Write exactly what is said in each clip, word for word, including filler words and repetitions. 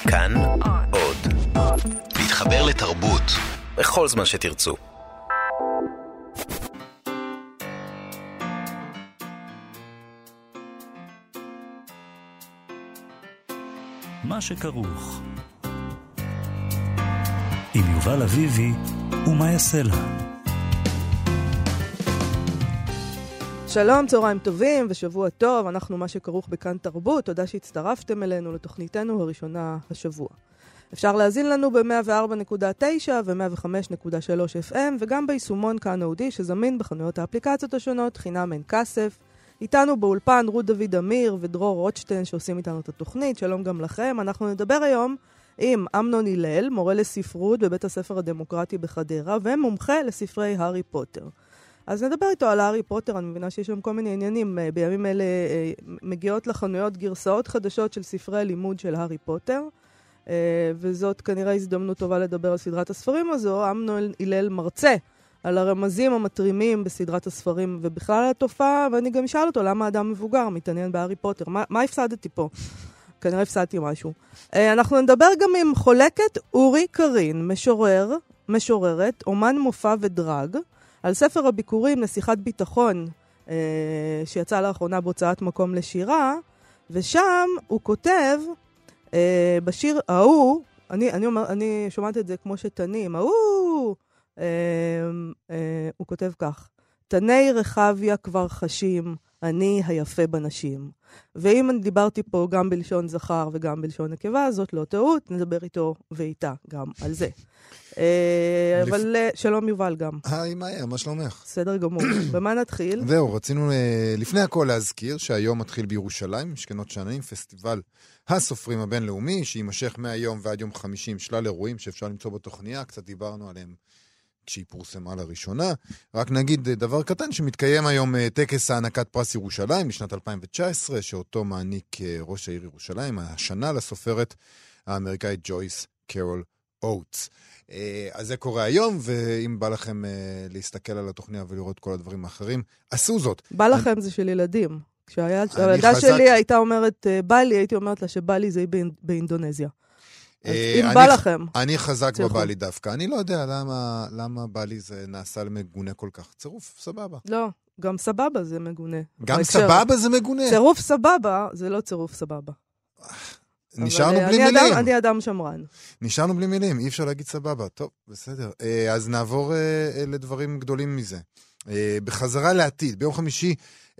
כאן עוד. להתחבר לתרבות בכל זמן שתרצו. מה שכרוך עם יובל אביבי ומה יעשה לה. שלום, צהריים טובים ושבוע טוב, אנחנו מה שכרוך בכאן תרבות, תודה שהצטרפתם אלינו לתוכניתנו הראשונה השבוע. אפשר להזין לנו ב-מאה וארבע נקודה תשע ו-מאה וחמש נקודה שלוש אף אם וגם ביישומון כאן אודי שזמין בחנויות האפליקציות השונות, חינם אין כסף. איתנו באולפן רות דוד אמיר ודרור רוטשטיין שעושים איתנו את התוכנית, שלום גם לכם. אנחנו נדבר היום עם אמנון הלל, מורה לספרות בבית הספר הדמוקרטי בחדרה ומומחה לספרי הארי פוטר. אז נדבר איתו על הארי פוטר, אני מבינה שיש שם כל מיני עניינים. בימים אלה מגיעות לחנויות גרסאות חדשות של ספרי לימוד של הארי פוטר, וזאת כנראה הזדמנות טובה לדבר על סדרת הספרים הזו. אמנון הלל מרצה על הרמזים המטרימים בסדרת הספרים ובכלל על התופעה, ואני גם אשאל אותו למה אדם מבוגר מתעניין בהארי פוטר. מה, מה הפסדתי פה? כנראה הפסדתי משהו. אנחנו נדבר גם עם חולקת אורי קרין, משורר, משוררת, אומן מופע ודרג, על ספר הביקורים נסיכת ביטחון, אה, שיצא לאחרונה בהוצאת מקום לשירה, ושם הוא כותב, אה, בשיר ההוא, אני, אני, אומר, אני שומעת את זה כמו שתנים, ההוא, אה, אה, הוא כותב כך, תני רחביה כבר חשים, אני היפה בנשים. ואם אני דיברתי פה גם בלשון זכר וגם בלשון נקבה, זאת לא טעות, נדבר איתו ואיתה גם על זה. אבל שלום יובל גם. היי מאיה, מה שלומך? בסדר גמור. במה נתחיל? זהו, רצינו לפני הכל להזכיר שהיום מתחיל בירושלים, משכנות שעננים, פסטיבל הסופרים הבינלאומי, שימשך מהיום ועד יום חמישי עם שלל אירועים שאפשר למצוא בתוכניה, קצת דיברנו עליהם כשהיא פורסמה לראשונה. רק נגיד דבר קטן, שמתקיים היום טקס הענקת פרס ירושלים לשנת אלפיים תשע עשרה, שאותו מעניק ראש העיר ירושלים, השנה לסופרת האמריקאית ג'ויס קרול אוטס. אז זה קורה היום, ואם בא לכם להסתכל על התוכניה ולראות כל הדברים האחרים, עשו זאת. בא לכם זה של ילדים. כשהילדה שלי הייתה אומרת בא לי, הייתי אומרת לה שבא לי זה באינדונזיה. אז אם בא לכם. אני חזק בבא לי דווקא. אני לא יודע למה בא לי זה נעשה למגונה כל כך. צירוף סבבה. לא, גם סבבה זה מגונה. גם סבבה זה מגונה? צירוף סבבה זה לא צירוף סבבה. נשארנו בלי מילים. אני אדם שמרן. נשארנו בלי מילים, אי אפשר להגיד סבבה. טוב, בסדר. אז נעבור לדברים גדולים מזה. בחזרה לעתיד, ביום חמישי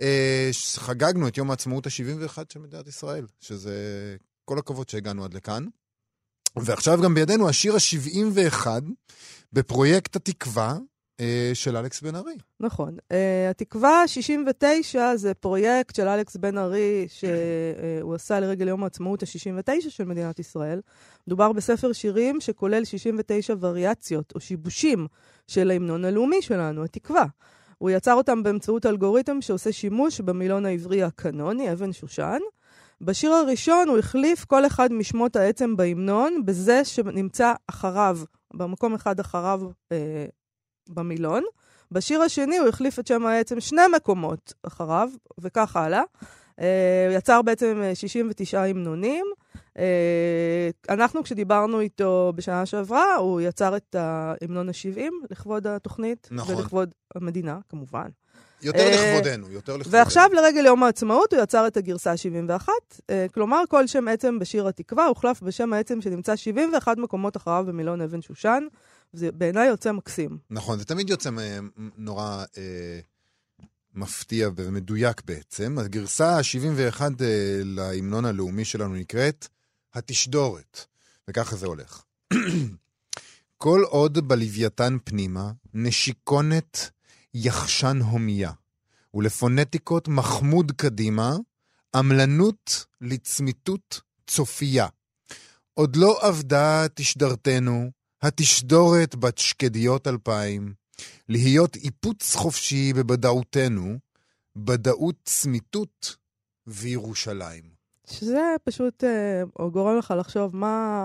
חגגנו את יום העצמאות ה-שבעים ואחת של מדינת ישראל, שזה כל הכבוד שהגענו עד לכאן. ועכשיו גם בידינו השיר ה-שבעים ואחת בפרויקט התקווה של אלכס בן ארי. נכון. התקווה שישים ותשע זה פרויקט של אלכס בן ארי שהוא עשה לרגל יום העצמאות ה-שישים ותשע של מדינת ישראל. מדובר בספר שירים שכולל שישים ותשע וריאציות או שיבושים של ההמנון הלאומי שלנו, התקווה. הוא יצר אותם באמצעות אלגוריתם שעושה שימוש במילון העברי הקנוני, אבן שושן. בשיר הראשון הוא החליף כל אחד משמות העצם בהמנון בזה שנמצא אחריו, במקום אחד אחריו אה, במילון. בשיר השני הוא החליף את שם העצם שני מקומות אחריו, וכך הלאה. אה, הוא יצר בעצם שישים ותשעה המנונים. אה, אנחנו כשדיברנו איתו בשנה שעברה, הוא יצר את ההמנון ה-שבעים לכבוד התוכנית, נכון. ולכבוד המדינה כמובן. יותר לכבודנו, יותר לכבודנו. ועכשיו לרגל יום העצמאות הוא יצר את הגרסה שבעים ואחת, כלומר כל שם עצם בשיר התקווה הוחלף בשם העצם שנמצא שבעים ואחת מקומות אחריו במילון אבן שושן, וזה בעיניי יוצא מקסים. נכון, זה תמיד יוצא נורא אה, מפתיע ומדויק בעצם. הגרסה ה-שבעים ואחת אה, להמנון הלאומי שלנו נקראת התשדורת, וככה זה הולך. כל עוד בלוויתן פנימה נשיקונת יחשן הומיה, ולפונטיקות מחמוד קדימה, עמלנות לצמיתות צופייה. עוד לא עבדה תשדרתנו, התשדורת בת שקדיות אלפיים, להיות איפוץ חופשי בבדעותנו, בדעות צמיתות וירושלים. שזה פשוט אה, גורם לך לחשוב מה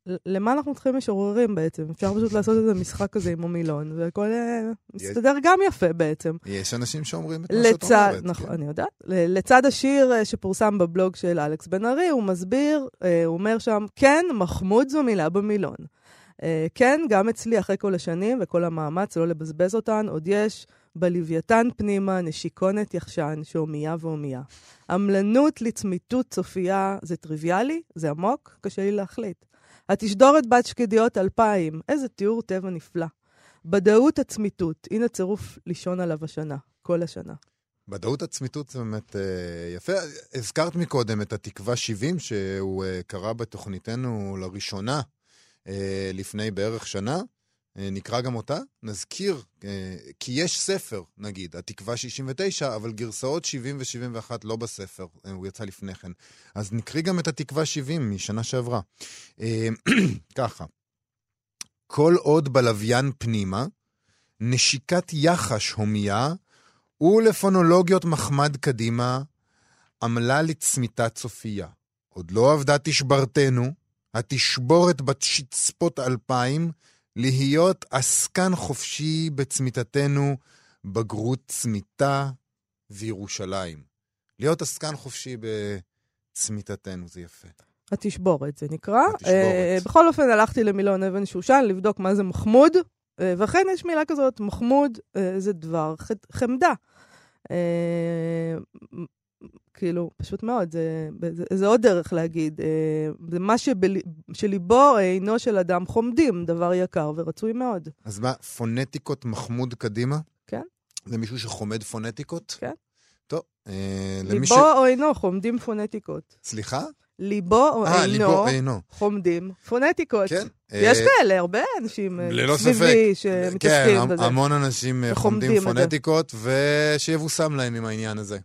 למה אנחנו צריכים משוררים בעצם? אפשר פשוט לעשות איזה משחק כזה עם המילון, והכל מסתדר גם יפה בעצם. יש אנשים שאומרים את מה שאת אומרת. נכון, אני יודעת. לצד השיר שפורסם בבלוג של אלכס בן ארי, הוא מסביר, הוא אומר שם, כן, מחמוד זו מילה במילון. כן, גם אצלי אחרי כל השנים וכל המאמץ לא לבזבז אותן, עוד יש בלוויתן פנימה נשיקונת יחשן שהומייה והומייה. עמלנות לצמיתות צופייה זה טריוויאלי, זה עמוק, קשה לי להחליט. התשדורת בת שקדיות אלפיים, איזה תיאור טבע נפלא. בדאות הצמיתות, הנה צירוף לישון עליו השנה, כל השנה. בדאות הצמיתות זה באמת אה, יפה. הזכרת מקודם את התקווה שבעים, שהוא אה, קרא בתוכניתנו לראשונה אה, לפני בערך שנה. אה, נקרא גם אותה. נזכיר, אה, כי יש ספר, נגיד, התקווה שישים ותשע, אבל גרסאות שבעים ו-שבעים ואחת לא בספר, אה, הוא יצא לפני כן. אז נקריא גם את התקווה שבעים משנה שעברה. אה, ככה. כל עוד בלוויין פנימה, נשיקת יחש הומיה, ולפונולוגיות מחמד קדימה, עמלה לצמיתת צופייה. עוד לא עבדה תשברתנו, התשבורת בת שצפות אלפיים, להיות עסקן חופשי בצמיתתנו, בגרות צמיתה וירושלים. להיות עסקן חופשי בצמיתתנו, זה יפה. התשבורת, זה נקרא. התשבורת. Uh, בכל אופן, הלכתי למילון אבן שושן, לבדוק מה זה מחמוד, uh, ואכן יש מילה כזאת, מחמוד, uh, זה דבר ח- חמדה. Uh, כאילו, פשוט מאוד, זה, זה, זה עוד דרך להגיד. Uh, זה מה שבל, שליבו עינו של אדם חומדים, דבר יקר ורצוי מאוד. אז מה, פונטיקות מחמוד קדימה? כן. זה מישהו שחומד פונטיקות? כן. טוב, uh, ליבו למי ש... או עינו חומדים פונטיקות. סליחה? ליבו או 아, אינו, ליבו, אינו חומדים פונטיקות. כן. יש אה, כאלה, הרבה אנשים ללא סביבי ספק. שמתעסקים כן, בזה. המון אנשים חומדים חומדים פונטיקות, ושיבוסם להם עם העניין הזה.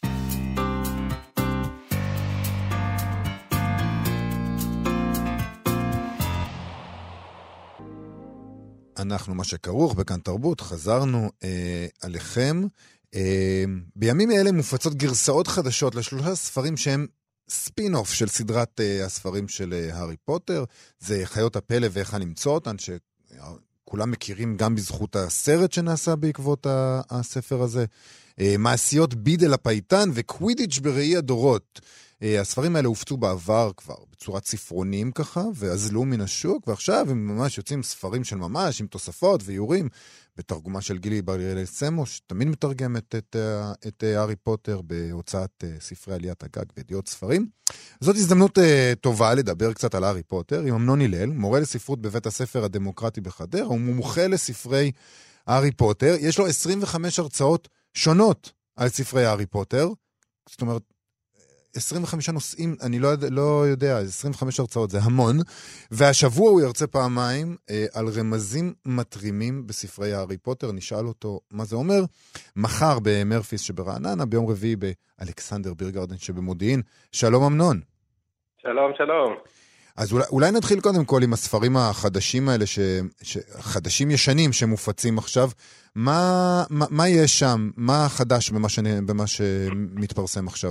אנחנו, מה שכרוך בכאן תרבות, חזרנו אה, עליכם. אה, בימים אלה מופצות גרסאות חדשות לשלושה ספרים שהם ספין-אוף של סדרת uh, הספרים של uh, הארי פוטר. זה חיות הפלא ואיך למצוא אותן, שכולם מכירים גם בזכות הסרט שנעשה בעקבות ה- הספר הזה. Uh, מעשיות בידל הפייטן וקווידיץ' בראי הדורות. Uh, הספרים האלה הופצו בעבר כבר בצורת ספרונים ככה, ועזלו מן השוק, ועכשיו הם ממש יוצאים ספרים של ממש, עם תוספות ואיורים, בתרגומה של גילי בר-אל סמו, שתמיד מתרגמת את, את, את הארי פוטר בהוצאת ספרי עליית הגג וידיעות ספרים. זאת הזדמנות טובה לדבר קצת על הארי פוטר, עם אמנון הלל, מורה לספרות בבית הספר הדמוקרטי בחדרה, הוא מומחה לספרי הארי פוטר, יש לו עשרים וחמש הרצאות שונות על ספרי הארי פוטר, זאת אומרת, עשרים וחמישה נושאים, אני לא, לא יודע, עשרים וחמש הרצאות, זה המון, והשבוע הוא ירצה פעמיים אה, על רמזים מטרימים בספרי הארי פוטר, נשאל אותו מה זה אומר, מחר במרפיס שברעננה, ביום רביעי באלכסנדר בירגרדן שבמודיעין. שלום אמנון. שלום, שלום. אז אולי, אולי נתחיל קודם כל עם הספרים החדשים האלה, ש, ש, חדשים ישנים שמופצים עכשיו, מה, מה, מה יש שם, מה חדש במה, ש, במה שמתפרסם עכשיו?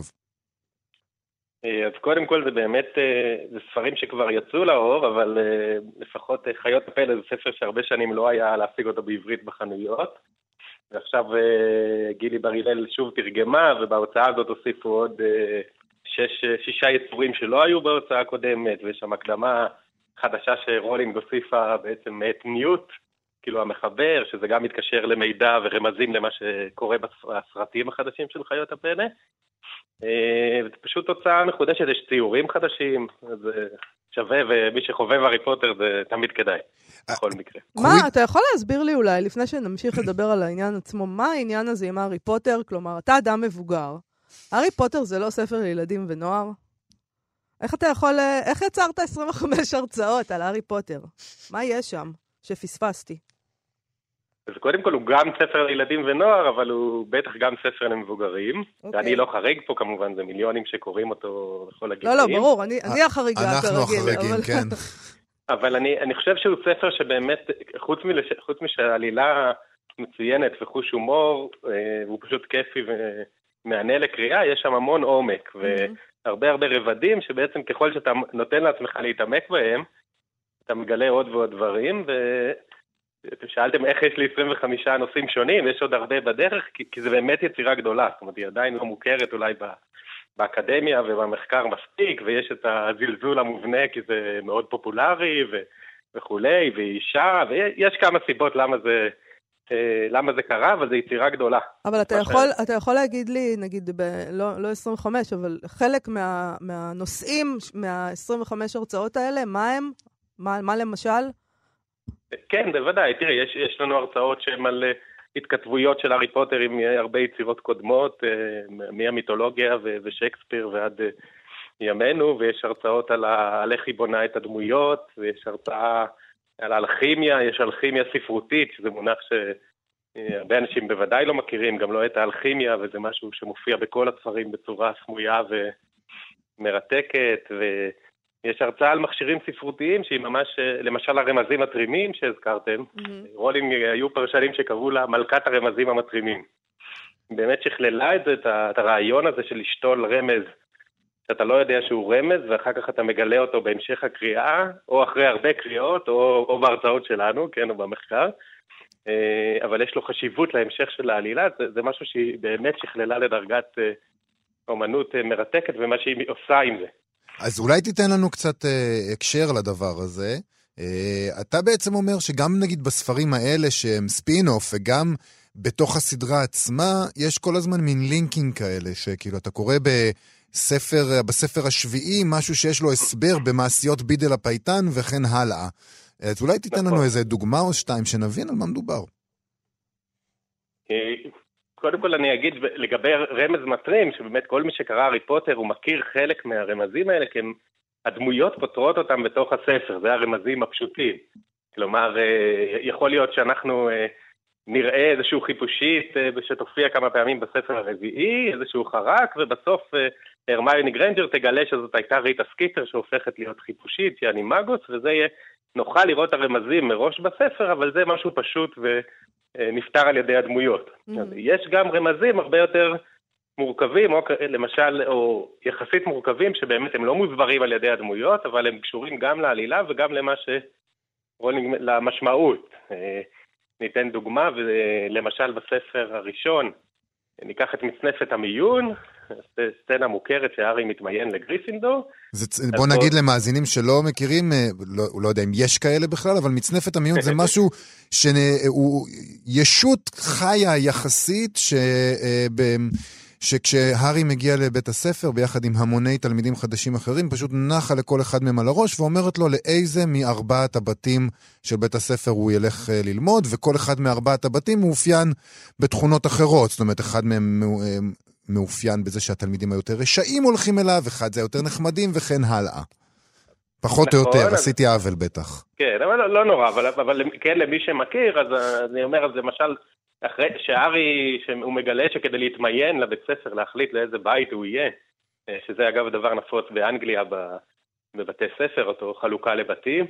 אז קודם כל זה באמת, זה ספרים שכבר יצאו לאור, אבל לפחות חיות הפלא זה ספר שהרבה שנים לא היה להשיג אותו בעברית בחנויות, ועכשיו גילי בר-הלל שוב תרגמה, ובהוצאה הזאת הוסיפו עוד שש, שישה יצורים שלא היו בהוצאה הקודמת, ויש שם הקדמה חדשה שרולינג הוסיפה בעצם את ניוט, כאילו המחבר, שזה גם מתקשר למידע ורמזים למה שקורה בסרטים החדשים של חיות הפלא. זה פשוט תוצאה מחודשת, יש ציורים חדשים, זה שווה, ומי שחובב הארי פוטר זה תמיד כדאי, בכל מקרה. מה, אתה יכול להסביר לי אולי, לפני שנמשיך לדבר על העניין עצמו, מה העניין הזה עם הארי פוטר? כלומר, אתה אדם מבוגר. הארי פוטר זה לא ספר לילדים ונוער? איך אתה יכול, איך יצרת עשרים וחמש הרצאות על הארי פוטר? מה יש שם שפספסתי? אז קודם כל הוא גם ספר לילדים ונוער, אבל הוא בטח גם ספר למבוגרים. Okay. אני לא חריג פה כמובן, זה מיליונים שקוראים אותו בכל הגילאים. לא, לא, ברור, אני, אני החריגה כרגיל. אנחנו החריגים, אבל... כן. אבל אני, אני חושב שהוא ספר שבאמת, חוץ, מלש... חוץ משעלילה מצוינת וחוש הומור, והוא פשוט כיפי ומענה לקריאה, יש שם המון עומק, והרבה הרבה רבדים שבעצם ככל שאתה נותן לעצמך להתעמק בהם, אתה מגלה עוד ועוד דברים, ואתם שאלתם איך יש לי עשרים וחמישה נושאים שונים, יש עוד הרבה בדרך, כי, כי זה באמת יצירה גדולה, זאת אומרת, היא עדיין לא מוכרת אולי ב, באקדמיה ובמחקר מספיק, ויש את הזלזול המובנה, כי זה מאוד פופולרי ו, וכולי, והיא אישה, ויש כמה סיבות למה זה... למה זה קרה, אבל זו יצירה גדולה. אבל אתה יכול, אתה יכול להגיד לי, נגיד, ב, לא, לא עשרים וחמש, אבל חלק מה, מהנושאים, מה-עשרים וחמש הרצאות האלה, מה הם? מה, מה למשל? כן, בוודאי. תראי, יש, יש לנו הרצאות שהן על התכתבויות של הארי פוטר עם הרבה יצירות קודמות, מהמיתולוגיה ו- ושייקספיר ועד ימינו, ויש הרצאות על, ה- על איך היא בונה את הדמויות, ויש הרצאה על האלכימיה, יש אלכימיה ספרותית, שזה מונח שהרבה אנשים בוודאי לא מכירים, גם לא את האלכימיה, וזה משהו שמופיע בכל הספרים בצורה סמויה ומרתקת, ויש הרצאה על מכשירים ספרותיים, שהיא ממש, למשל הרמזים התרימים שהזכרתם, mm-hmm. רולינג היו פרשנים שקראו לה מלכת הרמזים המתרימים. באמת שכללה את זה, את הרעיון הזה של לשתול רמז, שאתה לא יודע שהוא רמז, ואחר כך אתה מגלה אותו בהמשך הקריאה, או אחרי הרבה קריאות, או, או בהרצאות שלנו, כן, או במחקר, אבל יש לו חשיבות להמשך של העלילה, זה, זה משהו שהיא באמת שכללה לדרגת אומנות מרתקת, ומה שהיא עושה עם זה. אז אולי תיתן לנו קצת הקשר לדבר הזה. אתה בעצם אומר שגם נגיד בספרים האלה שהם ספין-אוף, וגם בתוך הסדרה עצמה, יש כל הזמן מין לינקים כאלה, שכאילו אתה קורא ב... ספר, בספר השביעי, משהו שיש לו הסבר במעשיות בידל הפייטן וכן הלאה. אז אולי תיתן לנו איזה דוגמה או שתיים שנבין על מה מדובר. קודם כל אני אגיד לגבי רמז מטרים, שבאמת כל מי שקרא הארי פוטר הוא מכיר חלק מהרמזים האלה, כי הדמויות פותרות אותם בתוך הספר, זה הרמזים הפשוטים. כלומר, יכול להיות שאנחנו נראה איזשהו חיפושית שתופיע כמה פעמים בספר הרביעי, איזשהו חרק, ובסוף הרמיוני גרנג'ר תגלה שזאת הייתה ריטה סקיטר שהופכת להיות חיפושית, יעני מגוס, וזה יהיה, נוכל לראות הרמזים מראש בספר, אבל זה משהו פשוט ונפתר על ידי הדמויות. Mm-hmm. אז יש גם רמזים הרבה יותר מורכבים, או למשל, או יחסית מורכבים, שבאמת הם לא מוסברים על ידי הדמויות, אבל הם קשורים גם לעלילה וגם למה שרולינג, למשמעות. ניתן דוגמה, ולמשל בספר הראשון, ניקח את מצנפת המיון, סצנה מוכרת שהארי מתמיין לגריפינדור. בוא נגיד למאזינים שלא מכירים, לא, לא יודע אם יש כאלה בכלל, אבל מצנפת המיון זה משהו שהוא ישות חיה יחסית, ש... שכשהארי מגיע לבית הספר ביחד עם המוני תלמידים חדשים אחרים, פשוט נחה לכל אחד מהם על הראש ואומרת לו לאיזה מארבעת הבתים של בית הספר הוא ילך ללמוד, וכל אחד מארבעת הבתים מאופיין בתכונות אחרות. זאת אומרת, אחד מהם מאופיין בזה שהתלמידים היותר רשעים הולכים אליו, אחד זה יותר נחמדים וכן הלאה. פחות או יותר, עשיתי עוול בטח. כן, אבל לא נורא, אבל כן למי שמכיר, אז אני אומר, אז למשל, אחרי שהארי, שהוא מגלה שכדי להתמיין לבית ספר, להחליט לאיזה בית הוא יהיה, שזה אגב דבר נפוץ באנגליה בבתי ספר, אותו חלוקה לבתים,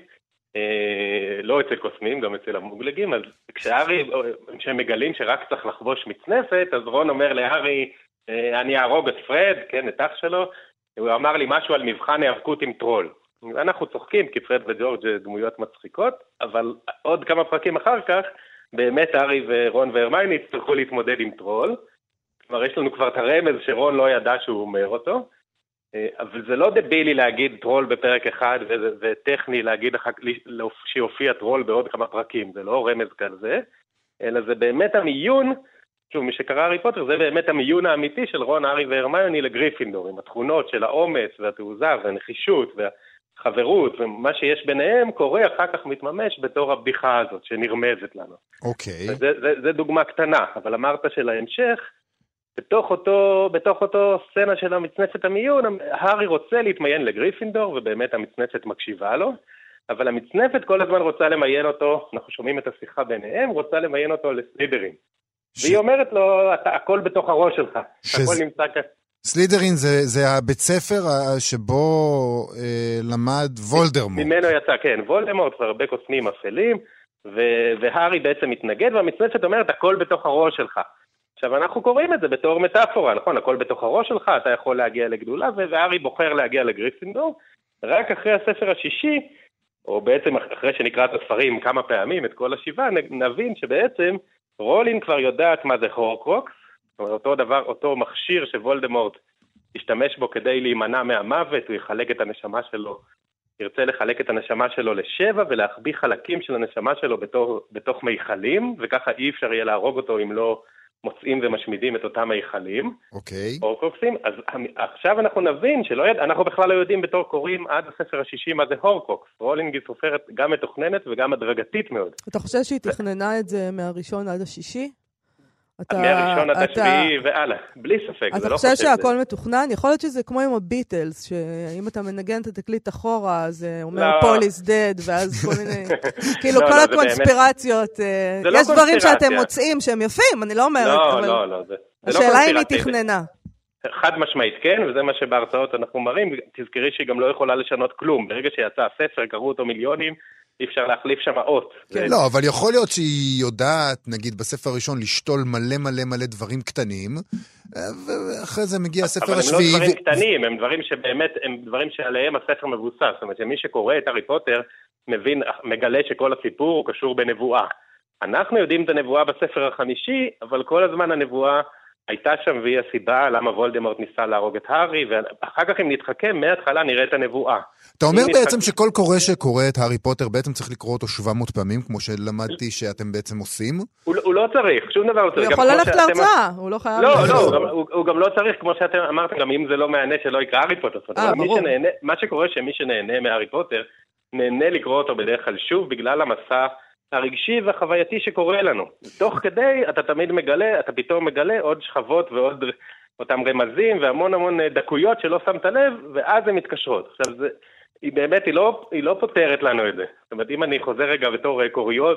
לא אצל קוסמים, גם אצל המוגלגים, אז כשהארי, כשהם מגלים שרק צריך לחבוש מצנפת, אז רון אומר להארי, אני אהרוג את פרד, כן, את אח שלו, הוא אמר לי משהו על מבחן היאבקות עם טרול. אנחנו צוחקים, כי פרד וג'ורג' זה דמויות מצחיקות, אבל עוד כמה פרקים אחר כך, באמת הארי ורון והרמיוני יצטרכו להתמודד עם טרול. כלומר, יש לנו כבר את הרמז שרון לא ידע שהוא אומר אותו, אבל זה לא דבילי להגיד טרול בפרק אחד, וטכני להגיד שיופיע טרול בעוד כמה פרקים, זה לא רמז כזה, אלא זה באמת המיון, שוב, מי שקרא הארי פוטר, זה באמת המיון האמיתי של רון, הארי והרמיוני לגריפינדור, עם התכונות של האומץ והתעוזה והנחישות והחברות, ומה שיש ביניהם קורה אחר כך מתממש בתור הבדיחה הזאת שנרמזת לנו. אוקיי. זה, זה, זה דוגמה קטנה, אבל אמרת של ההמשך, בתוך אותו, בתוך אותו סצנה של המצנפת המיון, הארי רוצה להתמיין לגריפינדור, ובאמת המצנפת מקשיבה לו, אבל המצנפת כל הזמן רוצה למיין אותו, אנחנו שומעים את השיחה ביניהם, רוצה למיין אותו לסלידרין. ש... והיא אומרת לו, אתה, הכל בתוך הראש שלך, ש... הכל נמצא כאן. סלידרין זה, זה הבית ספר שבו אה, למד וולדמורט. ממנו יצא, כן, וולדמורט והרבה קוסמים אפלים, ו- והארי בעצם מתנגד, והמצנפת אומרת, הכל בתוך הראש שלך. עכשיו, אנחנו קוראים את זה בתור מטאפורה, נכון? הכל בתוך הראש שלך, אתה יכול להגיע לגדולה, והארי בוחר להגיע לגריפינדור. רק אחרי הספר השישי, או בעצם אחרי שנקרא את הספרים כמה פעמים, את כל השבעה, נבין שבעצם רולינג כבר יודעת מה זה הורקרוקס, זאת אומרת, אותו דבר, אותו מכשיר שוולדמורט ישתמש בו כדי להימנע מהמוות, הוא יחלק את הנשמה שלו, ירצה לחלק את הנשמה שלו לשבע, ולהחביא חלקים של הנשמה שלו בתוך, בתוך מיכלים, וככה אי אפשר יהיה להרוג אותו אם לא מוצאים ומשמידים את אותם מיכלים. אוקיי. הורקרוקסים. אז עכשיו אנחנו נבין שלא יד... אנחנו בכלל לא יודעים בתור קוראים עד הספר השישי מה זה הורקרוקס. רולינג היא סופרת גם מתוכננת וגם הדרגתית מאוד. אתה חושב שהיא תכננה את זה מהראשון עד השישי? אתה, מהראשון עד השביעי והלאה, בלי ספק. אתה חושב שהכל מתוכנן? יכול להיות שזה כמו עם הביטלס, שאם אתה מנגן את התקליט אחורה, אז אומר פול is dead, ואז כל מיני, כאילו כל הקונספירציות, יש דברים שאתם מוצאים שהם יפים, אני לא אומרת, אבל לא, לא, זה השאלה אם היא תכננה. חד משמעית כן, וזה מה שבהרצאות אנחנו מראים, תזכרי שהיא גם לא יכולה לשנות כלום, ברגע שיצא הספר, קראו אותו מיליונים, אי אפשר להחליף שם אות. כן. לא, אבל יכול להיות שהיא יודעת, נגיד, בספר הראשון, לשתול מלא מלא מלא דברים קטנים, ואחרי זה מגיע הספר השביעי. אבל הם לא דברים קטנים, הם דברים שבאמת, הם דברים שעליהם הספר מבוסס. זאת אומרת, שמי שקורא את הארי פוטר, מבין, מגלה שכל הסיפור הוא קשור בנבואה. אנחנו יודעים את הנבואה בספר החמישי, אבל כל הזמן הנבואה הייתה שם, והיא הסיבה למה וולדמורט ניסה להרוג את הארי, ואחר כך אם נתחכם, מההתחלה נראה את הנבואה. אתה אומר בעצם שכל קורא שקורא את הארי פוטר, בעצם צריך לקרוא אותו שבע מאות פעמים, כמו שלמדתי שאתם בעצם עושים? הוא לא צריך, שום דבר לא צריך. הוא יכול ללכת להרצאה, הוא לא חייב... לא, לא, הוא גם לא צריך, כמו שאתם אמרתם, גם אם זה לא מענה שלא יקרא הארי פוטר. מה שקורה שמי שנהנה מהארי פוטר, נהנה לקרוא אותו בדרך כלל שוב, בגלל המסע הרגשי והחווייתי שקורה לנו. תוך כדי, אתה תמיד מגלה, אתה פתאום מגלה עוד שכבות ועוד אותם רמזים והמון המון דקויות שלא שמת לב, ואז הן מתקשרות. עכשיו, זה, היא באמת, היא לא, היא לא פותרת לנו את זה. זאת אומרת, אם אני חוזר רגע בתור קוריוז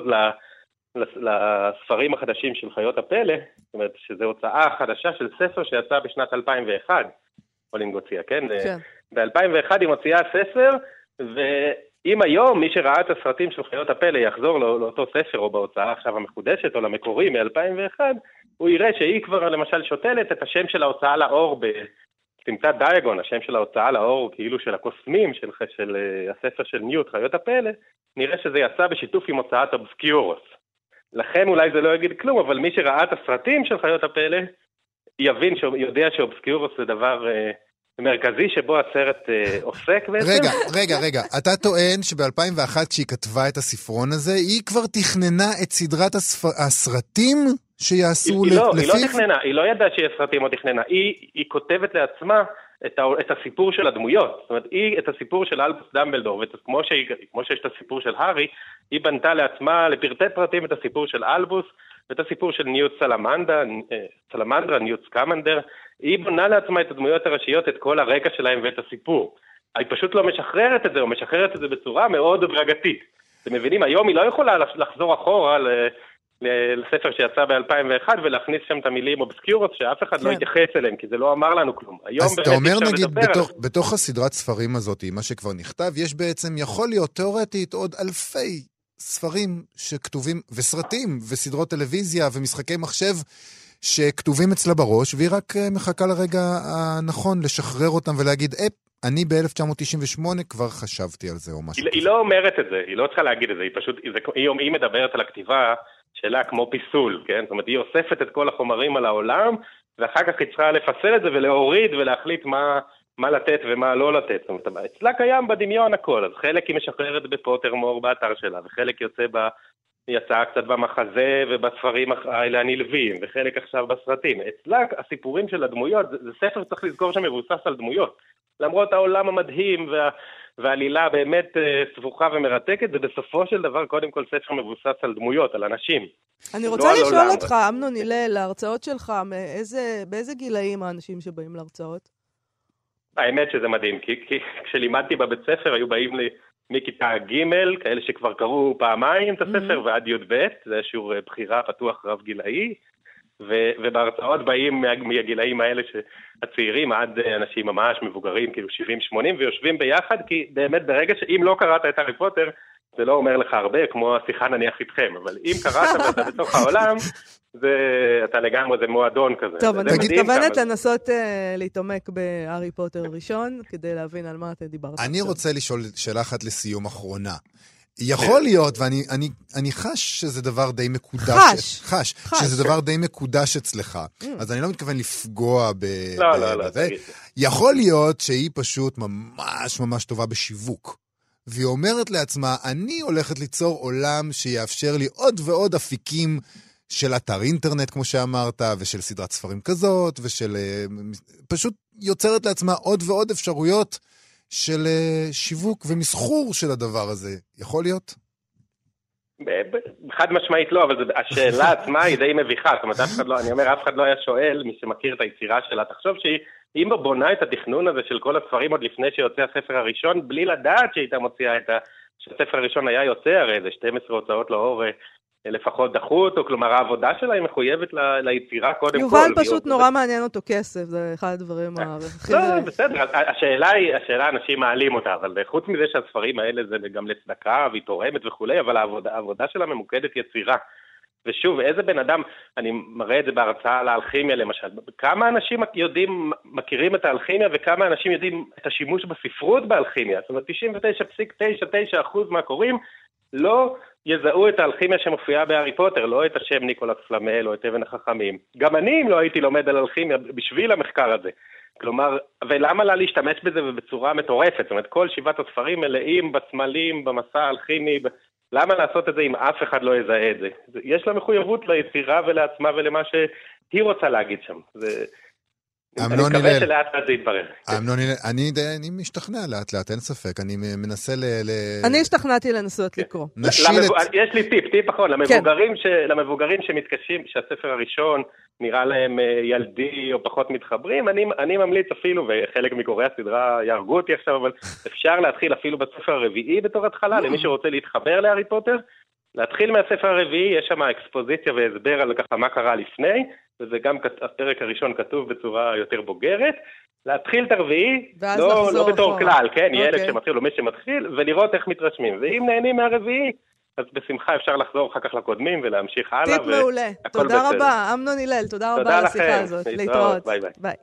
לספרים החדשים של חיות הפלא, זאת אומרת, שזו הוצאה חדשה של ספר שיצא בשנת אלפיים ואחת, רולינג הוציאה, כן? כן. ב-אלפיים ואחת היא מוציאה ספר, ו... אם היום מי שראה את הסרטים של חיות הפלא יחזור לא, לאותו ספר או בהוצאה עכשיו המחודשת או למקורי מ-אלפיים ואחת, הוא יראה שהיא כבר למשל שותלת את השם של ההוצאה לאור בסמטת דייגון, השם של ההוצאה לאור כאילו של הקוסמים של, של, של הספר של ניוט, חיות הפלא, נראה שזה יצא בשיתוף עם הוצאת אובסקיורוס. לכן אולי זה לא יגיד כלום, אבל מי שראה את הסרטים של חיות הפלא יבין, יודע שאובסקיורוס זה דבר... מרכזי שבו הסרט אה, עוסק בעצם. רגע, רגע, רגע. אתה טוען שב-אלפיים ואחת כשהיא כתבה את הספרון הזה, היא כבר תכננה את סדרת הספר... הסרטים שיעשו היא, לפיו? היא, לא, היא לא תכננה, היא לא ידעה שיהיה סרטים או תכננה. היא, היא כותבת לעצמה את, ה... את הסיפור של הדמויות. זאת אומרת, היא את הסיפור של אלבוס דמבלדור, וכמו שהיא, כמו שיש את הסיפור של הארי, היא בנתה לעצמה לפרטי פרטים את הסיפור של אלבוס, ואת הסיפור של ניוט סלמנדרה, סלמנדרה, ניוט סקמנדר, היא בונה לעצמה את הדמויות הראשיות, את כל הרקע שלהם ואת הסיפור. היא פשוט לא משחררת את זה, או משחררת את זה בצורה מאוד הדרגתית. אתם מבינים, היום היא לא יכולה לחזור אחורה לספר שיצא ב-אלפיים ואחת, ולהכניס שם את המילים אובסקיורוס, שאף אחד לא יתייחס אליהם, כי זה לא אמר לנו כלום. אז אתה אומר נגיד, בתוך, בתוך הסדרת ספרים הזאת, מה שכבר נכתב, יש בעצם, יכול להיות תיאורטית עוד אלפי ספרים שכתובים, וסרטים, וסדרות טלוויזיה, ומשחקי מחשב, שכתובים אצלה בראש, והיא רק מחכה לרגע הנכון לשחרר אותם ולהגיד, אפ, אני ב-אלף תשע מאות תשעים ושמונה כבר חשבתי על זה או משהו. היא, היא לא אומרת את זה, היא לא צריכה להגיד את זה, היא פשוט, זה, היא, היא מדברת על הכתיבה שלה כמו פיסול, כן? זאת אומרת, היא אוספת את כל החומרים על העולם, ואחר כך היא צריכה לפסל את זה ולהוריד ולהחליט מה, מה לתת ומה לא לתת. זאת אומרת, אצלה קיים בדמיון הכל, אז חלק היא משחררת בפוטרמור באתר שלה, וחלק יוצא ב... יצאה קצת במחזה ובספרים האלה הנלווים, וחלק עכשיו בסרטים. אצלה הסיפורים של הדמויות, זה, זה ספר שצריך לזכור שמבוסס על דמויות. למרות העולם המדהים וה, והעלילה באמת סבוכה ומרתקת, זה בסופו של דבר קודם כל ספר מבוסס על דמויות, על אנשים. אני רוצה לא לשאול אותך, אמנון הלל, להרצאות שלך, מאיזה, באיזה גילאים האנשים שבאים להרצאות? האמת שזה מדהים, כי, כי כשלימדתי בבית ספר היו באים לי... מכיתה ג' כאלה שכבר קראו פעמיים את הספר, ועד י' ב', זה שיעור בחירה פתוח רב גילאי, ובהרצאות באים מהגילאים האלה שהצעירים עד אנשים ממש מבוגרים, כאילו שבעים שמונים, ויושבים ביחד, כי באמת ברגע שאם לא קראת את הארי פוטר, זה לא אומר לך הרבה, כמו השיחה נניח איתכם, אבל אם קראת ואתה בתוך העולם, זה, אתה לגמרי, זה מועדון כזה. טוב, אני מתכוונת לנסות להתעמק בהארי פוטר ראשון, כדי להבין על מה אתה דיברת. אני רוצה לשאול שאלה אחת לסיום אחרונה. יכול להיות, ואני אני, אני חש שזה דבר די מקודש. חש. חש, חש. שזה דבר די מקודש אצלך. Mm. אז אני לא מתכוון לפגוע ב... לא, ב, לא, לא. בזה. יכול להיות שהיא פשוט ממש ממש טובה בשיווק. והיא אומרת לעצמה, אני הולכת ליצור עולם שיאפשר לי עוד ועוד אפיקים של אתר אינטרנט, כמו שאמרת, ושל סדרת ספרים כזאת, ושל... פשוט יוצרת לעצמה עוד ועוד אפשרויות של שיווק ומסחור של הדבר הזה. יכול להיות? חד משמעית לא, אבל השאלה עצמה היא די מביכה. זאת אומרת, אף אחד לא, אני אומר, אף אחד לא היה שואל, מי שמכיר את היצירה שלה, תחשוב שהיא, אם בונה את התכנון הזה של כל הספרים עוד לפני שיוצא הספר הראשון, בלי לדעת שהייתה מוציאה את ה... שהספר הראשון היה יוצא, הרי זה שתים עשרה הוצאות לאור, לפחות דחו אותו, כלומר העבודה שלה היא מחויבת ל... ליצירה קודם יובל כל. יובל פשוט נורא מעניין אותו כסף, זה אחד הדברים הכי... לא, בסדר, השאלה היא, השאלה אנשים מעלים אותה, אבל חוץ מזה שהספרים האלה זה גם לצדקה והיא תורמת וכולי, אבל העבודה, העבודה שלה ממוקדת יצירה. ושוב, איזה בן אדם, אני מראה את זה בהרצאה על האלכימיה למשל, כמה אנשים יודעים, מכירים את האלכימיה, וכמה אנשים יודעים את השימוש בספרות באלכימיה, זאת אומרת, תשעים ותשע נקודה תשע תשע אחוז מהקוראים לא יזהו את האלכימיה שמופיעה בהארי פוטר, לא את השם ניקולס פלמל או את אבן החכמים. גם אני אם לא הייתי לומד על אלכימיה בשביל המחקר הזה. כלומר, ולמה לה להשתמש בזה בצורה מטורפת? זאת אומרת, כל שבעת הספרים מלאים בסמלים, במסע האלכימי, למה לעשות את זה אם אף אחד לא יזהה את זה? יש לה מחויבות ליצירה ולעצמה ולמה שהיא רוצה להגיד שם. זה... אני מקווה שלאט לאט זה יתברר. אני משתכנע לאט לאט, אין ספק. אני מנסה ל... אני השתכנעתי לנסות לקרוא. יש לי טיפ, טיפ אחרון. למבוגרים שמתקשים, שהספר הראשון נראה להם ילדי או פחות מתחברים, אני ממליץ אפילו, וחלק מקוראי הסדרה יהרגו אותי עכשיו, אבל אפשר להתחיל אפילו בספר הרביעי בתור התחלה, למי שרוצה להתחבר להארי פוטר, להתחיל מהספר הרביעי, יש שם אקספוזיציה והסבר על ככה מה קרה לפני, וזה גם הפרק הראשון כתוב בצורה יותר בוגרת, להתחיל את הרביעי, לא, לא בתור כלל, כן, ילד okay. שמתחיל או מי שמתחיל, ולראות איך מתרשמים. ואם נהנים מהרביעי, אז בשמחה אפשר לחזור אחר כך לקודמים ולהמשיך הלאה. טיפ מעולה. תודה בסדר. רבה, אמנון הלל, תודה, תודה רבה על השיחה הזאת. להתראות. ביי ביי. ביי.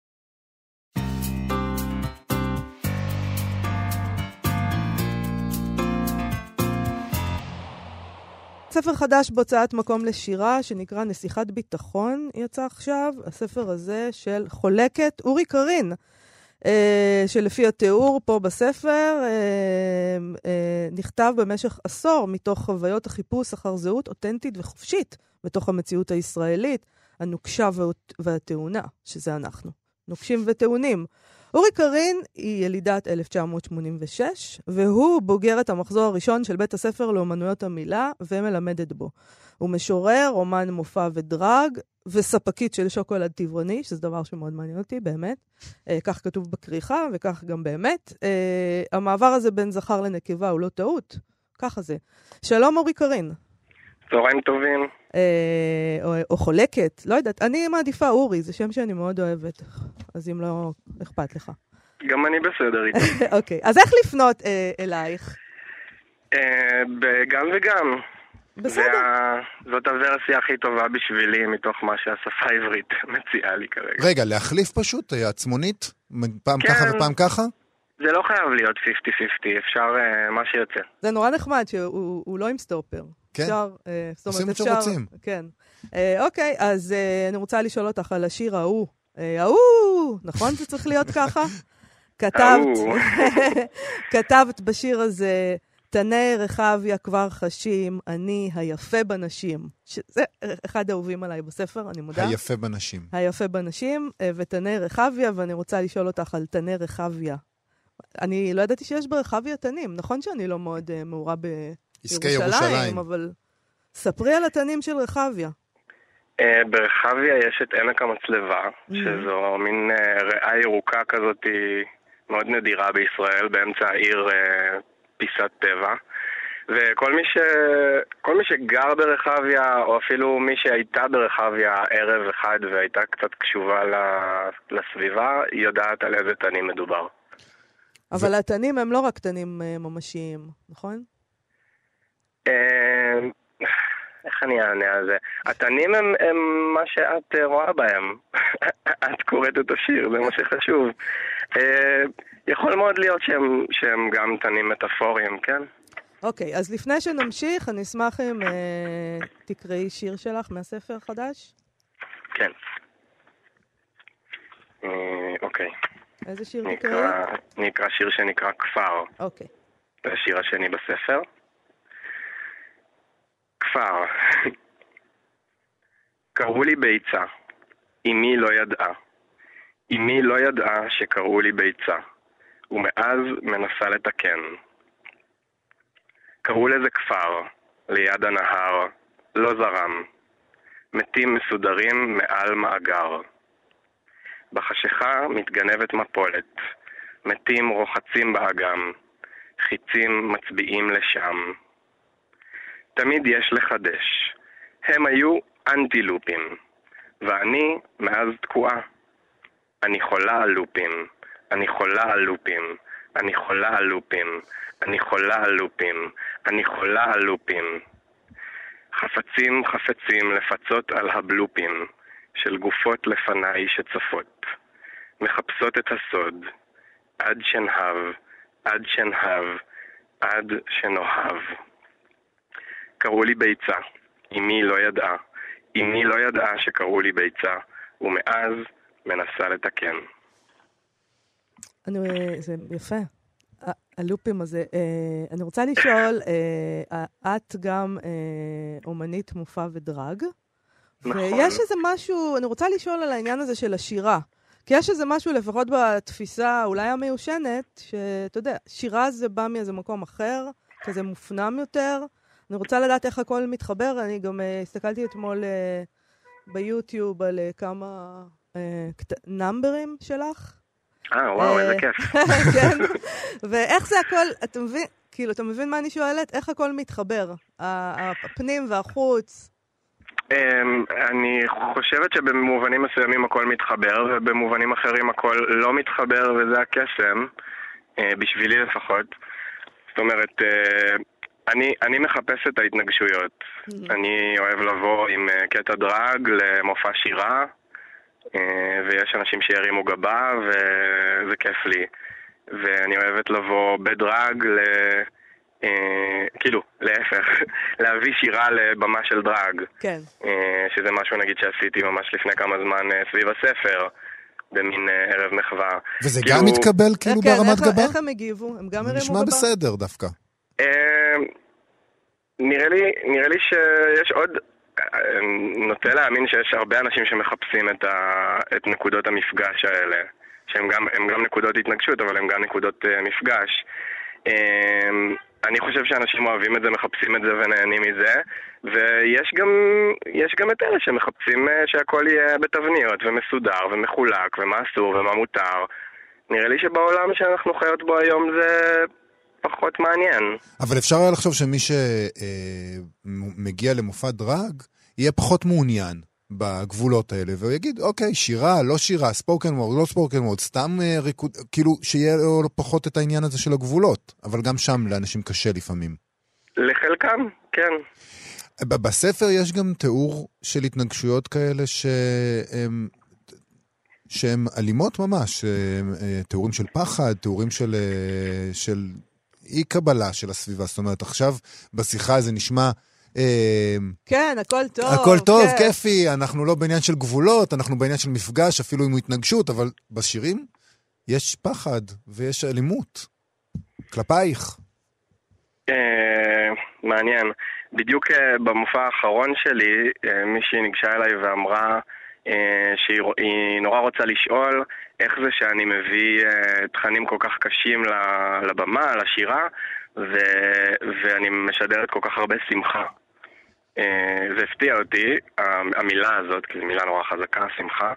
ספר חדש בהוצאת מקום לשירה, שנקרא נסיכת ביטחון, יצא עכשיו. הספר הזה של חולקת אורי קרין, אה, שלפי התיאור פה בספר, אה, אה, נכתב במשך עשור מתוך חוויות החיפוש אחר זהות אותנטית וחופשית, בתוך המציאות הישראלית, הנוקשה והתאונה, שזה אנחנו. נוקשים ותאונים. אורי קרין היא ילידת אלף תשע מאות שמונים ושש, והוא בוגר את המחזור הראשון של בית הספר לאומנויות המילה, ומלמדת בו. הוא משורר, רומן מופע ודרג, וספקית של שוקולד טבעוני, שזה דבר שמאוד מעניין אותי, באמת. אה, כך כתוב בכריכה, וכך גם באמת. אה, המעבר הזה בין זכר לנקבה הוא לא טעות. ככה זה. שלום אורי קרין. צהריים טובים. אה, או, או חולקת, לא יודעת. אני מעדיפה אורי, זה שם שאני מאוד אוהבת. אז אם לא אכפת לך. גם אני בסדר איתה. אוקיי, אז איך לפנות אה, אלייך? אה, גם וגם. בסדר. וה... זאת הוורסיה הכי טובה בשבילי מתוך מה שהשפה העברית מציעה לי כרגע. רגע, להחליף פשוט? עצמונית? פעם כן. ככה ופעם ככה? זה לא חייב להיות חמישים חמישים, אפשר uh, מה שיוצא. זה נורא נחמד שהוא הוא לא עם סטופר. כן, אפשר, uh, עושים אומרת, מה שרוצים. כן. Uh, אוקיי, אז uh, אני רוצה לשאול אותך על השיר ההוא. ההוא, נכון זה צריך להיות ככה? כתבת, כתבת בשיר הזה, תני רחביה כבר חשים, אני היפה בנשים. זה אחד האהובים עליי בספר, אני מודה. היפה בנשים. היפה בנשים, ותני רחביה, ואני רוצה לשאול אותך על תני רחביה. אני לא ידעתי שיש ברחביה תנים, נכון שאני לא מאוד uh, מעורה בירושלים, ירושלים, אבל ספרי על התנים של רחביה. Uh, ברחביה יש את עמק המצלבה, mm-hmm. שזו מין uh, ריאה ירוקה כזאת מאוד נדירה בישראל, באמצע העיר uh, פיסת טבע. וכל מי, ש... כל מי שגר ברחביה, או אפילו מי שהייתה ברחביה ערב אחד והייתה קצת קשובה לסביבה, יודעת על איזה תנים מדובר. אבל התנים הם לא רק תנים ממשיים, נכון? איך אני אענה על זה? התנים הם, הם מה שאת רואה בהם. את קוראת את השיר, זה מה שחשוב. יכול מאוד להיות שהם, שהם גם תנים מטאפוריים, כן? אוקיי, אז לפני שנמשיך, אני אשמח אם אה, תקראי שיר שלך מהספר החדש. כן. אה, אוקיי. איזה שיר נקרא, תקראי? נקרא שיר שנקרא כפר. אוקיי. זה השיר השני בספר. כפר. קראו לי ביצה. אמי לא ידעה. אמי לא ידעה שקראו לי ביצה. ומאז מנסה לתקן. קראו לזה כפר, ליד הנהר, לא זרם. מתים מסודרים מעל מאגר. בחשיכה מתגנבת מפולת. מתים רוחצים באגם. חיצים מצביעים לשם. תמיד יש לחדש. הם היו אנטילופים. ואני מאז תקועה. אני חולה על לופים. אני חולה על לופים. אני חולה על לופים. אני חולה על לופים. אני חולה על לופים. חפצים חפצים לפצות על הבלופים של גופות לפניי שצפות. מחפשות את הסוד. עד שנהב. עד שנהב. עד שנוהב. קראו לי ביצה. אמי לא ידעה. אמי לא ידעה שקראו לי ביצה. ומאז מנסה לתקן. אני, זה יפה. הלופים הזה. אני רוצה לשאול, את גם אומנית מופע ודרג, נכון. ויש איזה משהו, אני רוצה לשאול על העניין הזה של השירה, כי יש איזה משהו, לפחות בתפיסה אולי המיושנת, שאתה יודע, שירה זה בא מאיזה מקום אחר, כזה מופנם יותר. אני רוצה לדעת איך הכל מתחבר. אני גם הסתכלתי אתמול ביוטיוב על כמה נאמברים שלך, אה, וואו, איזה כיף. כן, ואיך זה הכל, אתה מבין, כאילו, אתה מבין מה אני שואלת? איך הכל מתחבר? הפנים והחוץ? אני חושבת שבמובנים מסוימים הכל מתחבר, ובמובנים אחרים הכל לא מתחבר, וזה הקסם, בשבילי לפחות. זאת אומרת, אני, אני מחפש את ההתנגשויות. אני אוהב לבוא עם קטע דרג למופע שירה, ויש אנשים שירימו גבה, וזה כיף לי. ואני אוהבת לבוא בדרג, ל... כאילו, להפך, להביא שירה לבמה של דרג. כן. שזה משהו, נגיד, שעשיתי ממש לפני כמה זמן סביב הספר, במין ערב מחווה. וזה גם מתקבל כאילו ברמת גבה? איך הם הגיבו? הם גם הרימו גבה? נשמע בסדר דווקא. נראה לי, נראה לי שיש עוד... נוטה להאמין שיש הרבה אנשים שמחפשים את, ה, את נקודות המפגש האלה, שהם גם, הם גם נקודות התנגשות, אבל הם גם נקודות uh, מפגש. Um, אני חושב שאנשים אוהבים את זה, מחפשים את זה ונהנים מזה, ויש גם, יש גם את אלה שמחפשים uh, שהכל יהיה בתבניות ומסודר ומחולק ומה אסור ומה מותר. נראה לי שבעולם שאנחנו חיות בו היום זה פחות מעניין. אבל אפשר היה לחשוב שמי שמגיע למופע דרג יהיה פחות מעוניין בגבולות האלה, והוא יגיד, אוקיי, שירה, לא שירה, ספוקן וורד, לא ספוקן וורד, סתם ריקוד, כאילו שיהיה לו פחות את העניין הזה של הגבולות, אבל גם שם לאנשים קשה לפעמים. לחלקם, כן. בספר יש גם תיאור של התנגשויות כאלה שהם... שהן אלימות ממש, תיאורים של פחד, תיאורים של, של אי קבלה של הסביבה. זאת אומרת, עכשיו בשיחה זה נשמע... כן, הכל טוב. הכל טוב, כן. כיפי, אנחנו לא בעניין של גבולות, אנחנו בעניין של מפגש, אפילו אם הוא התנגשות, אבל בשירים יש פחד ויש אלימות. כלפייך. מעניין. בדיוק במופע האחרון שלי, מישהי ניגשה אליי ואמרה, שהיא נורא רוצה לשאול איך זה שאני מביא תכנים כל כך קשים לבמה, לשירה, ו- ואני משדרת כל כך הרבה שמחה. זה הפתיע אותי, המילה הזאת, כי זו מילה נורא חזקה, שמחה.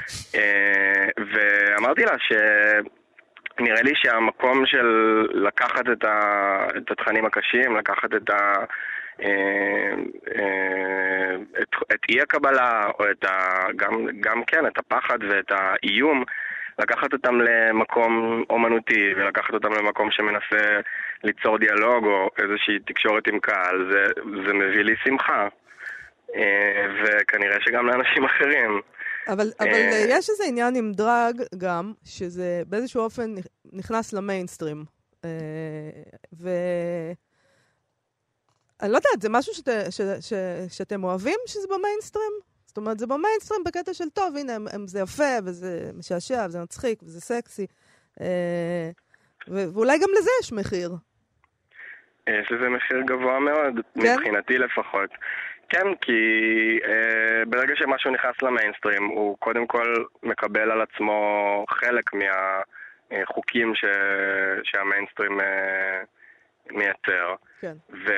ואמרתי לה שנראה לי שהמקום של לקחת את, ה- את התכנים הקשים, לקחת את ה... את, את אי הקבלה, או את ה, גם, גם כן, את הפחד ואת האיום, לקחת אותם למקום אומנותי, ולקחת אותם למקום שמנסה ליצור דיאלוג או איזושהי תקשורת עם קהל, זה, זה מביא לי שמחה. וכנראה שגם לאנשים אחרים. אבל, אבל יש איזה עניין עם דרג גם, שזה באיזשהו אופן נכנס למיינסטרים. ו... אני לא יודעת, זה משהו שאת, ש, ש, שאתם אוהבים שזה במיינסטרים? זאת אומרת, זה במיינסטרים בקטע של טוב, הנה, הם, הם, זה יפה, וזה משעשע, וזה מצחיק, וזה סקסי. ו, ואולי גם לזה יש מחיר. יש לזה מחיר גבוה מאוד, כן? מבחינתי לפחות. כן, כי אה, ברגע שמשהו נכנס למיינסטרים, הוא קודם כל מקבל על עצמו חלק מהחוקים ש, שהמיינסטרים אה, מייצר. כן.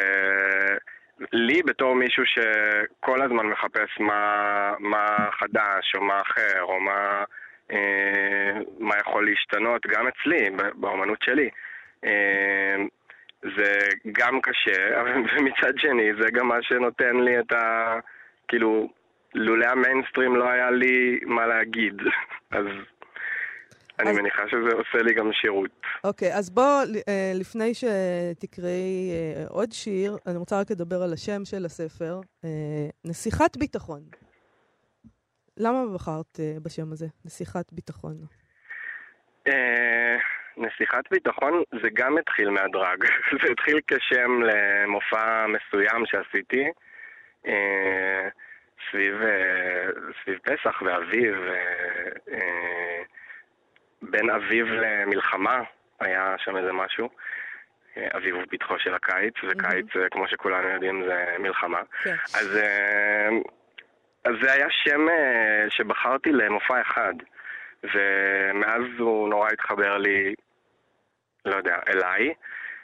ולי בתור מישהו שכל הזמן מחפש מה, מה חדש או מה אחר, או מה, אה, מה יכול להשתנות, גם אצלי, באמנות שלי, אה, זה גם קשה, אבל מצד שני, זה גם מה שנותן לי את ה... כאילו, לולא המיינסטרים לא היה לי מה להגיד. אז אני אז... מניחה שזה עושה לי גם שירות. אוקיי, אז בוא, לפני שתקראי עוד שיר, אני רוצה רק לדבר על השם של הספר. נסיכת ביטחון. למה בחרת בשם הזה? נסיכת ביטחון. אה... נסיכת ביטחון זה גם התחיל מהדרג. זה התחיל כשם למופע מסוים שעשיתי אה, סביב, אה, סביב פסח ואביב. אה, אה, בין אביב למלחמה היה שם איזה משהו. אה, אביב הוא פתחו של הקיץ, וקיץ, mm-hmm. כמו שכולנו יודעים, זה מלחמה. Okay. אז, אה, אז זה היה שם אה, שבחרתי למופע אחד. ומאז הוא נורא התחבר לי, לא יודע, אליי,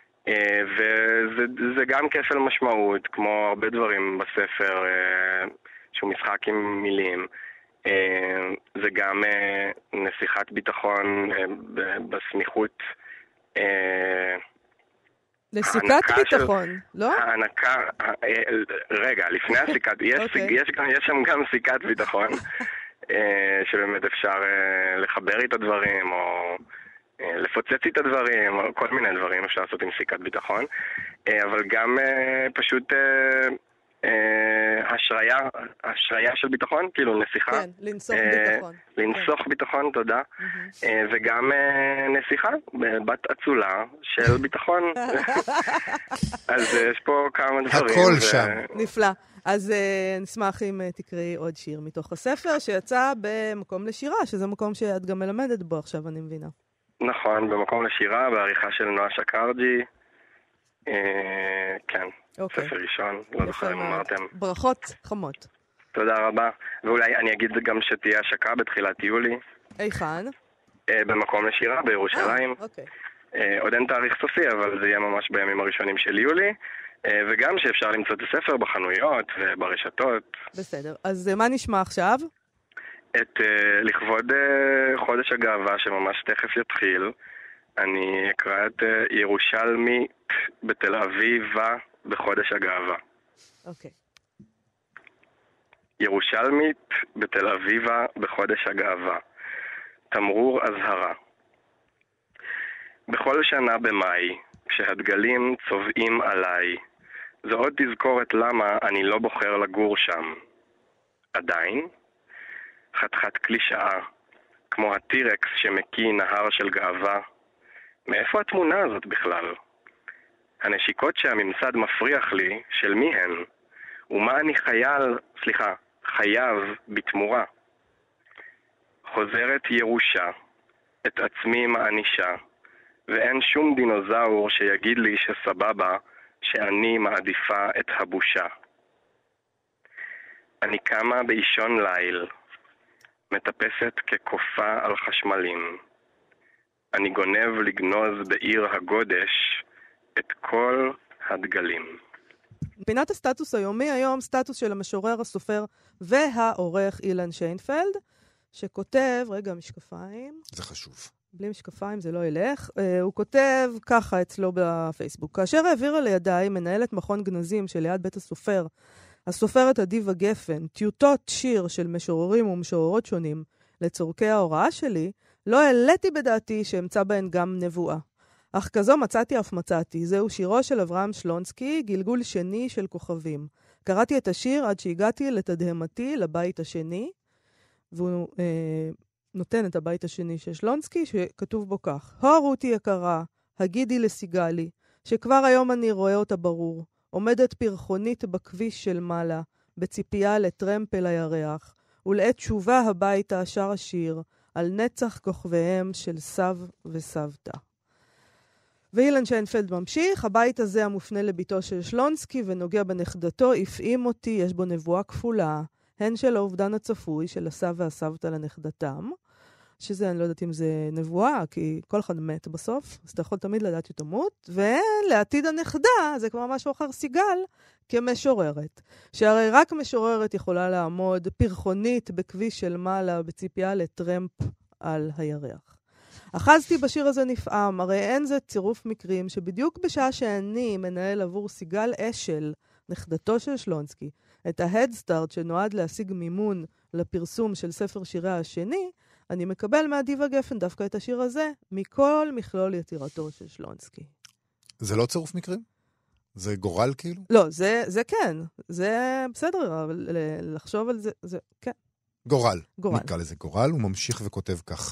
וזה גם כפל משמעות, כמו הרבה דברים בספר, שהוא משחק עם מילים. זה גם נסיכת ביטחון בסמיכות. נסיכת ביטחון, לא? הענקה, רגע, לפני הסיכת, יש שם גם סיכת ביטחון. שבאמת אפשר לחבר את הדברים או לפוצץ את הדברים, או כל מיני דברים אפשר לעשות עם סיכת ביטחון, אבל גם פשוט השריה, השריה של ביטחון, כאילו נסיכה. כן, לנסוך ביטחון. לנסוך ביטחון, תודה. וגם נסיכה, בת אצולה של ביטחון. אז יש פה כמה דברים. הכל שם. נפלא. אז uh, נשמח אם uh, תקראי עוד שיר מתוך הספר שיצא במקום לשירה, שזה מקום שאת גם מלמדת בו עכשיו, אני מבינה. נכון, במקום לשירה, בעריכה של נועה שקרג'י. אה, כן, okay. ספר ראשון, לא זוכר אם אמרתם. ברכות חמות. תודה רבה. ואולי אני אגיד גם שתהיה השקה בתחילת יולי. איכן? אה, במקום לשירה, בירושלים. אה, אוקיי. אה, עוד אין תאריך סופי, אבל זה יהיה ממש בימים הראשונים של יולי. וגם שאפשר למצוא את הספר בחנויות וברשתות. בסדר. אז מה נשמע עכשיו? את, לכבוד חודש הגאווה שממש תכף יתחיל, אני אקרא את ירושלמית בתל אביבה בחודש הגאווה. אוקיי. ירושלמית בתל אביבה בחודש הגאווה. תמרור אזהרה. בכל שנה במאי, כשהדגלים צובעים עליי, זו עוד תזכורת למה אני לא בוחר לגור שם. עדיין, חתיכת קלישאה, כמו הטירקס שמקיא נהר של גאווה. מאיפה התמונה הזאת בכלל? הנשיקות שהממסד מפריח לי, של מי הן? ומה אני חייל, סליחה, חייב בתמורה? חוזרת ירושה, את עצמי מענישה, ואין שום דינוזאור שיגיד לי שסבבה, שאני מעדיפה את הבושה. אני קמה באישון ליל, מטפסת כקופה על חשמלים. אני גונב לגנוז בעיר הגודש את כל הדגלים. פינת הסטטוס היומי היום, סטטוס של המשורר, הסופר והעורך אילן שיינפלד, שכותב, רגע, משקפיים. זה חשוב. בלי משקפיים זה לא ילך. Uh, הוא כותב ככה אצלו בפייסבוק. כאשר העבירה לידיי מנהלת מכון גנזים שליד בית הסופר, הסופרת אדיבה גפן, טיוטות שיר של משוררים ומשוררות שונים לצורכי ההוראה שלי, לא העליתי בדעתי שאמצא בהן גם נבואה. אך כזו מצאתי אף מצאתי. זהו שירו של אברהם שלונסקי, גלגול שני של כוכבים. קראתי את השיר עד שהגעתי לתדהמתי לבית השני, והוא אה, נותן את הבית השני של שלונסקי, שכתוב בו כך: הו רותי יקרה, הגידי לסיגלי, שכבר היום אני רואה אותה ברור, עומדת פרחונית בכביש של מעלה, בציפייה לטרמפ אל הירח, ולעת תשובה הביתה שר השיר, על נצח כוכביהם של סב וסבתא. ואילן שיינפלד ממשיך, הבית הזה המופנה לביתו של שלונסקי ונוגע בנכדתו, הפעים אותי, יש בו נבואה כפולה, הן של האובדן הצפוי של הסב והסבתא לנכדתם, שזה, אני לא יודעת אם זה נבואה, כי כל אחד מת בסוף, אז אתה יכול תמיד לדעת שתמות, ולעתיד הנכדה, זה כבר משהו אחר, סיגל, כמשוררת. שהרי רק משוררת יכולה לעמוד פרחונית בכביש של מעלה, בציפייה לטרמפ על הירח. אחזתי בשיר הזה נפעם, הרי אין זה צירוף מקרים, שבדיוק בשעה שאני מנהל עבור סיגל אשל, נכדתו של שלונסקי, את ההדסטארט שנועד להשיג מימון לפרסום של ספר שירי השני, אני מקבל מהדיבה גפן דווקא את השיר הזה, מכל מכלול יצירתו של שלונסקי. זה לא צירוף מקרים? זה גורל כאילו? לא, זה, זה כן. זה בסדר, אבל לחשוב על זה, זה כן. גורל. גורל. נקרא לזה גורל, הוא ממשיך וכותב כך.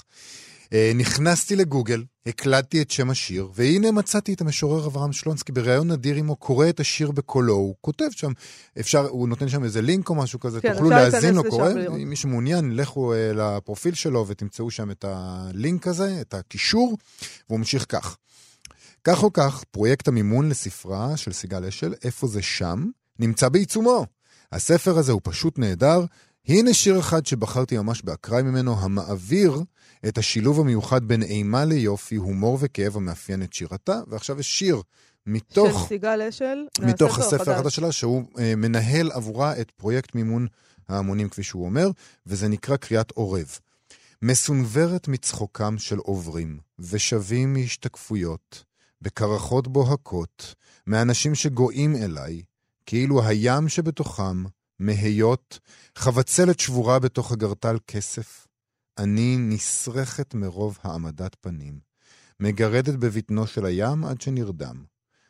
נכנסתי לגוגל, הקלטתי את שם השיר, והנה מצאתי את המשורר אברהם שלונסקי בראיון נדיר עמו, קורא את השיר בקולו, הוא כותב שם, אפשר, הוא נותן שם איזה לינק או משהו כזה, כן, תוכלו להזין לו קורא, אם מי שמעוניין, לכו לפרופיל שלו ותמצאו שם את הלינק הזה, את הקישור, והוא ממשיך כך. כך או כך, פרויקט המימון לספרה של סיגל אשל, איפה זה שם, נמצא בעיצומו. הספר הזה הוא פשוט נהדר, הנה שיר אחד שבחרתי ממש באקראי ממנו, המעביר את השילוב המיוחד בין אימה ליופי, הומור וכאב המאפיין את שירתה, ועכשיו יש שיר מתוך, של סיגל אשל, מתוך הספר החדש שלה, שהוא אה, מנהל עבורה את פרויקט מימון ההמונים, כפי שהוא אומר, וזה נקרא קריאת עורב. מסונברת מצחוקם של עוברים, ושבים מהשתקפויות, בקרחות בוהקות, מאנשים שגועים אליי, כאילו הים שבתוכם, מהיות, חבצלת שבורה בתוך הגרטל כסף, אני נשרכת מרוב העמדת פנים, מגרדת בבטנו של הים עד שנרדם,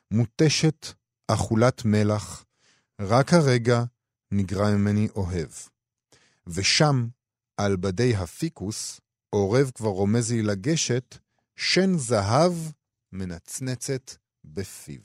מוטשת אכולת מלח, רק הרגע נגרע ממני אוהב. ושם, על בדי הפיקוס, עורב כבר רומז לי לגשת, שן זהב מנצנצת בפיו.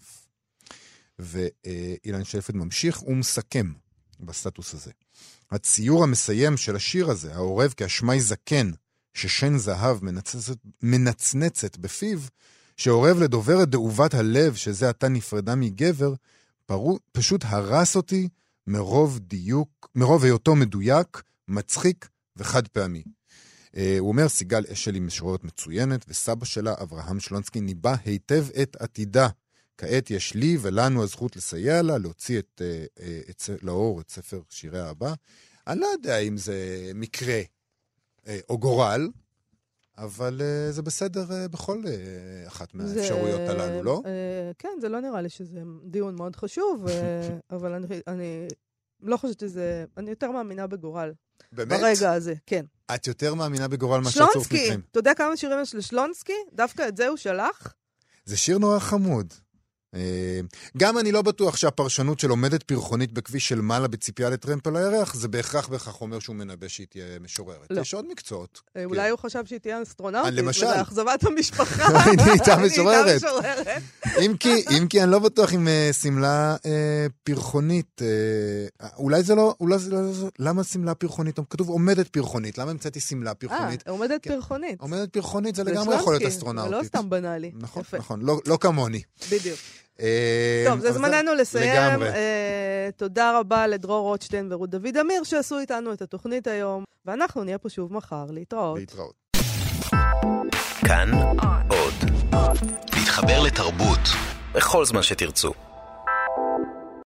ואילן שלפד ממשיך ומסכם בסטטוס הזה. הציור המסיים של השיר הזה, העורב כאשמי זקן, ששן זהב מנצנצת, מנצנצת בפיו, שעורב לדוברת דאובת הלב, שזה עתה נפרדה מגבר, פרו, פשוט הרס אותי מרוב דיוק, מרוב היותו מדויק, מצחיק וחד פעמי. Uh, הוא אומר, סיגל אשל היא משוררת מצוינת, וסבא שלה, אברהם שלונסקי, ניבא היטב את עתידה. כעת יש לי ולנו הזכות לסייע לה, להוציא את, uh, uh, את, לאור את ספר שיריה הבא. אני לא יודע אם זה מקרה uh, או גורל, אבל uh, זה בסדר uh, בכל uh, אחת מהאפשרויות זה, הללו, לא? Uh, כן, זה לא נראה לי שזה דיון מאוד חשוב, uh, אבל אני, אני לא חושבת שזה, אני יותר מאמינה בגורל. באמת? ברגע הזה, כן. את יותר מאמינה בגורל מה שצורף מקרים. שלונסקי, אתה יודע כמה שירים יש לשלונסקי? דווקא את זה הוא שלח? זה שיר נורא חמוד. גם אני לא בטוח שהפרשנות של עומדת פרחונית בכביש של מעלה בציפייה לטרמפ על הירח, זה בהכרח בהכרח אומר שהוא מנבא שהיא תהיה משוררת. לא. יש עוד מקצועות. אולי הוא חשב שהיא תהיה אסטרונאוטית. למשל. וזה אכזבת המשפחה. היא הייתה משוררת. אם כי, אם כי אני לא בטוח עם סמלה פרחונית. אולי זה לא, אולי זה לא, למה סמלה פרחונית? כתוב עומדת פרחונית. למה המצאתי סמלה פרחונית? אה, עומדת פרחונית. עומדת פרחונית, זה לגמרי יכול להיות אסטרונאוטית. זה לא סתם בנאלי. נכון, נכון. לא כמוני. בדיוק. טוב, זה זמננו לסיים. תודה רבה לדרור רוטשטיין ורות דוד אמיר שעשו איתנו את התוכנית היום, ואנחנו נהיה פה שוב מחר. להתראות. להתראות. כאן עוד. להתחבר לתרבות בכל זמן שתרצו.